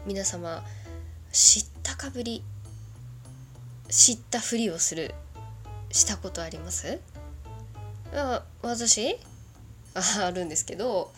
皆様知ったかぶり、知ったふりをしたことあります？私あるんですけど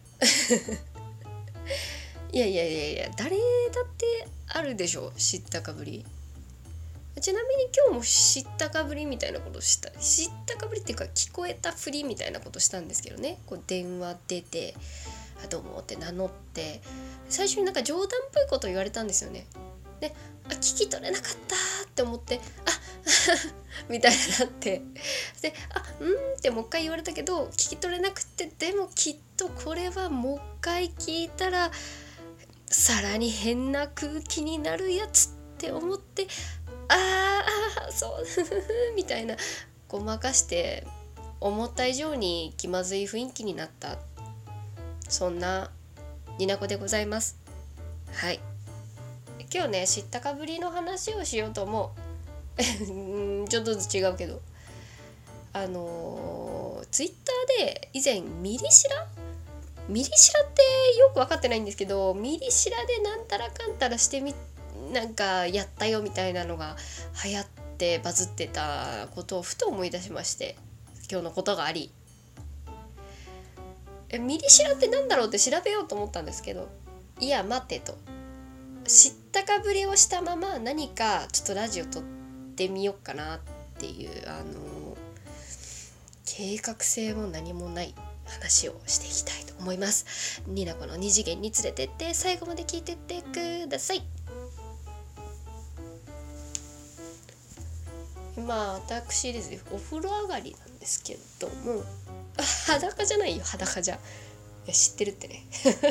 いや誰だってあるでしょ、知ったかぶり。ちなみに今日も知ったかぶりみたいなこと知ったかぶりっていうか聞こえたふりみたいなことしたんですけどね。こう電話出てどうもって名乗って、最初になんか冗談っぽいこと言われたんですよね。で、聞き取れなかったって思って、みたいになって、で、ってもう一回言われたけど聞き取れなくて、でもきっとこれはもう一回聞いたらさらに変な空気になるやつって思って、そうみたいなごまかして思った以上に気まずい雰囲気になった、そんなになこでございます。はい、今日ね知ったかぶりの話をしようと思うちょっとずつ違うけど、ツイッターで以前ミリシラってよく分かってないんですけど、ミリシラでなんたらかんたらしてなんかやったよみたいなのが流行ってバズってたことをふと思い出しまして、今日のことがあり、ミリシラってなんだろうって調べようと思ったんですけど、いや待てと、知ったかぶりをしたまま何かちょっとラジオ撮ってみようかなっていう計画性も何もない話をしていきたいと思います。ニナコの二次元に連れてって最後まで聞いてってください。私ですね、お風呂上がりなんですけども、裸じゃないよ、裸じゃ、いや知ってるってね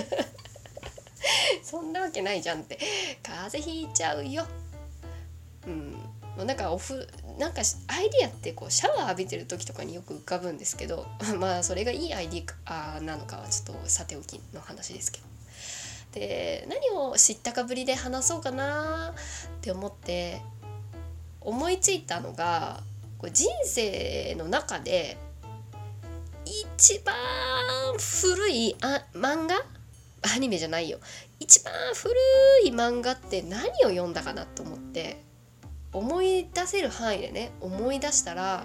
そんなわけないじゃんって、風邪ひいちゃうよ。なんかアイディアってこうシャワー浴びてる時とかによく浮かぶんですけどそれがいいアイディアなのかはちょっとさておきの話ですけど、で何を知ったかぶりで話そうかなって思って思いついたのが、こう人生の中で一番古い漫画、アニメじゃないよ、一番古い漫画って何を読んだかなと思って、思い出せる範囲でね思い出したら、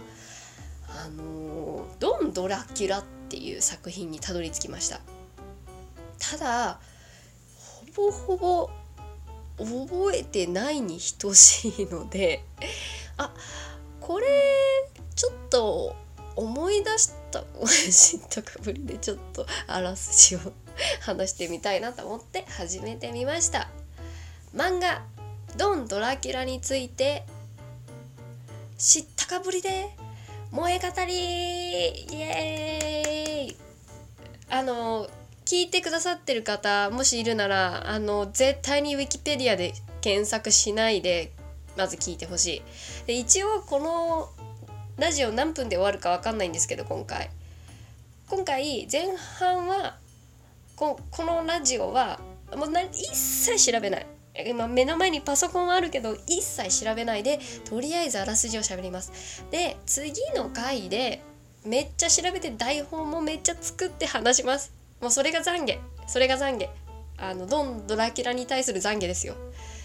ドン・ドラキュラっていう作品にたどり着きました。ただほぼほぼ覚えてないに等しいのでこれちょっと思い出した知ったかぶりでちょっとあらすじを話してみたいなと思って始めてみました。漫画ドン・ドラキュラについて知ったかぶりで萌え語り、イエーイ。聞いてくださってる方もしいるなら絶対にウィキペディアで検索しないでまず聞いてほしい。で一応このラジオ何分で終わるか分かんないんですけど、今回前半はこのラジオはもう一切調べない。今目の前にパソコンはあるけど一切調べないで、とりあえずあらすじを喋ります。で次の回でめっちゃ調べて台本もめっちゃ作って話します。もうそれが懺悔ドン・ドラキュラに対する懺悔ですよ。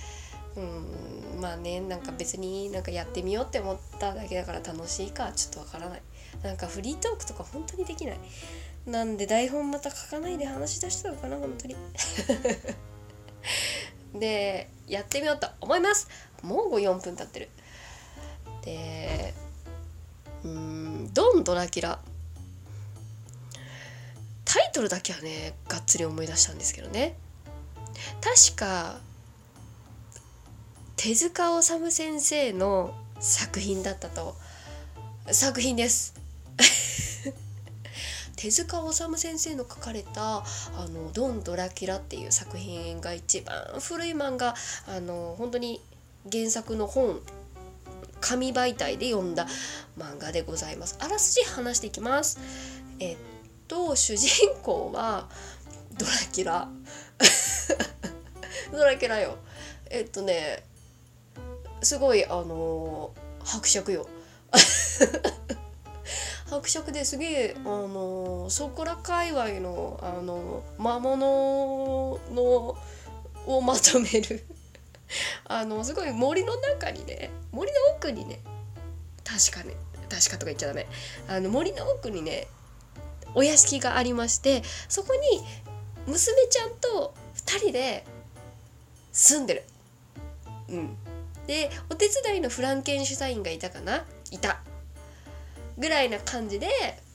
なんか別になんかやってみようって思っただけだから楽しいかちょっとわからない。なんかフリートークとか本当にできない。なんで台本また書かないで話し出したのかな本当にでやってみようと思います。もう4分経ってる。でドン・ドラキュラ、タイトルだけはねがっつり思い出したんですけどね、確か手塚治虫先生の作品です手塚治虫先生の書かれたドン・ドラキュラっていう作品が一番古い漫画、本当に原作の本紙媒体で読んだ漫画でございます。あらすじ話していきます。主人公はドラキュラドラキュラよ。すごい伯爵よ伯爵ですげえそこら界隈の魔物のをまとめるすごい森の中にね、森の奥にね、確かとか言っちゃダメ、森の奥にねお屋敷がありまして、そこに娘ちゃんと2人で住んでる。でお手伝いのフランケンシュタインがいたぐらいな感じで、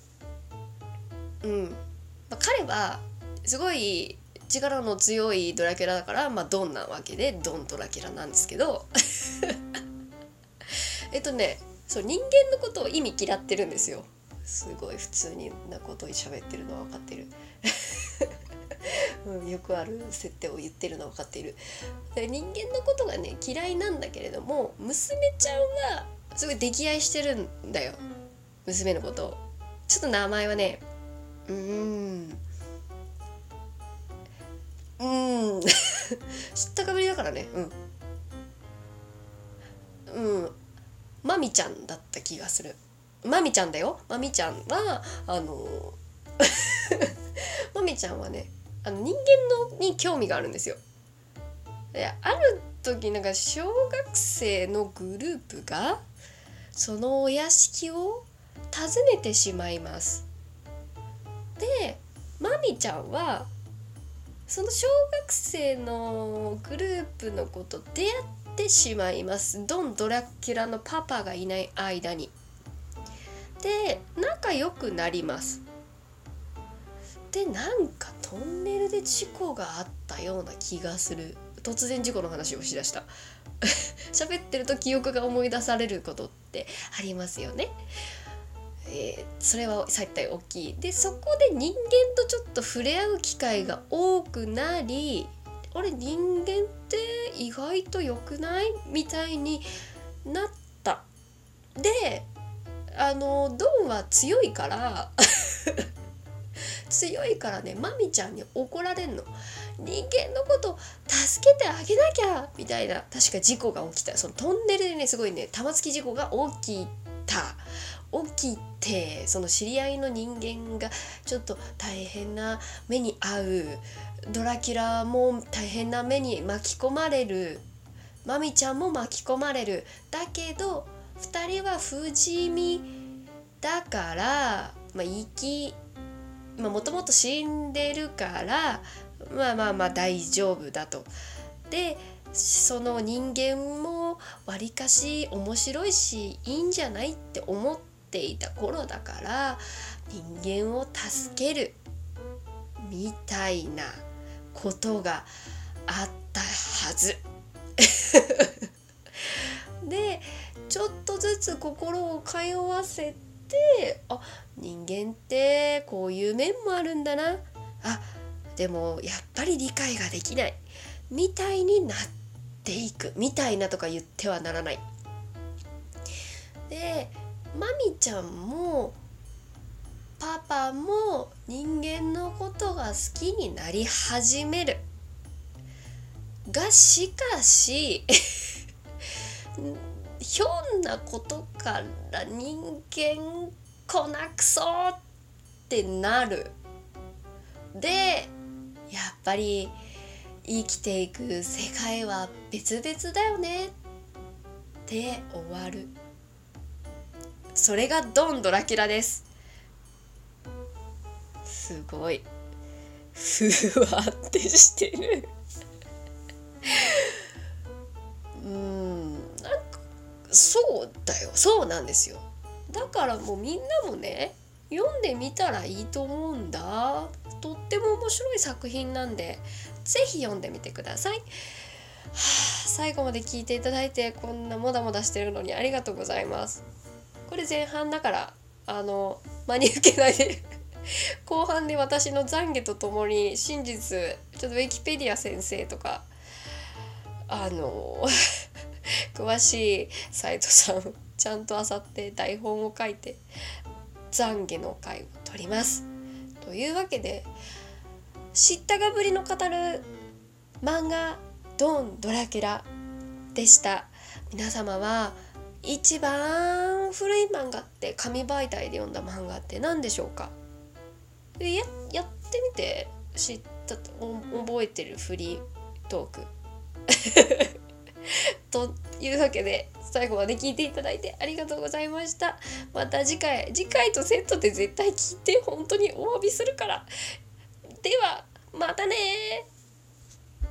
彼はすごい力の強いドラキュラだから、ドンなわけでドンドラキュラなんですけどそう人間のことを意味嫌ってるんですよ。すごい普通になことを喋ってるのは分かってるよくある設定を言ってるのは分かっている。で人間のことがね嫌いなんだけれども、娘ちゃんはすごい溺愛してるんだよ、娘のことを。ちょっと名前はね知ったかぶりだからね。マミちゃんだった気がする。マミちゃんだよ。マミちゃんはマミちゃんはね人間に興味があるんですよ。である時なんか小学生のグループがそのお屋敷を訪ねてしまいます。でマミちゃんはその小学生のグループの子と出会ってしまいます。ドン・ドラキュラのパパがいない間に。で仲良くなります。でなんかトンネルで事故があったような気がする。突然事故の話をしだした喋ってると記憶が思い出されることってありますよね。それは最大大きい。でそこで人間とちょっと触れ合う機会が多くなり、あれ人間って意外と良くないみたいになった。でドンは強いからね、マミちゃんに怒られんの。人間のこと助けてあげなきゃみたいな、確か事故が起きた。そのトンネルでねすごいね玉突き事故が起きて、その知り合いの人間がちょっと大変な目に遭う、ドラキュラも大変な目に巻き込まれる、マミちゃんも巻き込まれる。だけど2人は不死身だからもともと死んでるから大丈夫だと。でその人間もわりかし面白いしいいんじゃないって思っていた頃だから、人間を助けるみたいなことがあったはずでちょっとずつ心を通わせて、人間ってこういう面もあるんだな、でもやっぱり理解ができないみたいになっていく。みたいなとか言ってはならない。でマミちゃんもパパも人間のことが好きになり始めるが、しかしひょんなことから人間こなくそってなる。でやっぱり生きていく世界は別々だよねって終わる。それがドン・ドラキュラです。すごいふわってしてるなんかそうなんですよ。だからもうみんなもね読んでみたらいいと思うんだ。とっても面白い作品なんでぜひ読んでみてください。最後まで聞いていただいてこんなモダモダしてるのにありがとうございます。これ前半だから真に受けないで後半で私の懺悔とともに真実ちょっとウィキペディア先生とか詳しいサイトさんちゃんと漁って台本を書いて懺悔の回を取ります。というわけで知ったかぶりの語る漫画ドン・ドラキュラでした。皆様は一番古い漫画って紙媒体で読んだ漫画って何でしょうか。やってみて知った覚えてるふりトークというわけで最後まで聞いていただいてありがとうございました。また次回とセットで絶対聞いて、本当にお詫びするから。ではまたね。